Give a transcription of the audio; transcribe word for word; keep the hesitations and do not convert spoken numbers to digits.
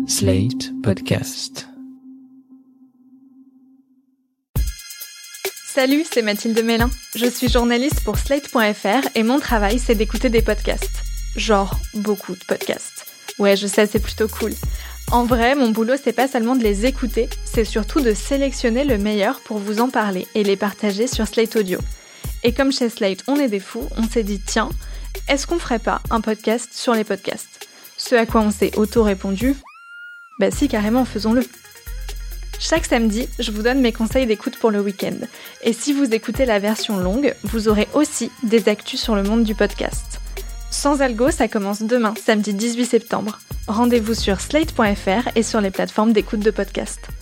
Slate Podcast. Salut, c'est Mathilde Mélin. Je suis journaliste pour Slate point F R et mon travail, c'est d'écouter des podcasts. Genre, beaucoup de podcasts. Ouais, je sais, c'est plutôt cool. En vrai, mon boulot, c'est pas seulement de les écouter, c'est surtout de sélectionner le meilleur pour vous en parler et les partager sur Slate Audio. Et comme chez Slate, on est des fous, on s'est dit, tiens, est-ce qu'on ferait pas un podcast sur les podcasts ? Ce à quoi on s'est auto-répondu, bah si, carrément, faisons-le. Chaque samedi, je vous donne mes conseils d'écoute pour le week-end. Et si vous écoutez la version longue, vous aurez aussi des actus sur le monde du podcast. Sans Algo, ça commence demain, samedi dix-huit septembre. Rendez-vous sur slate point F R et sur les plateformes d'écoute de podcast.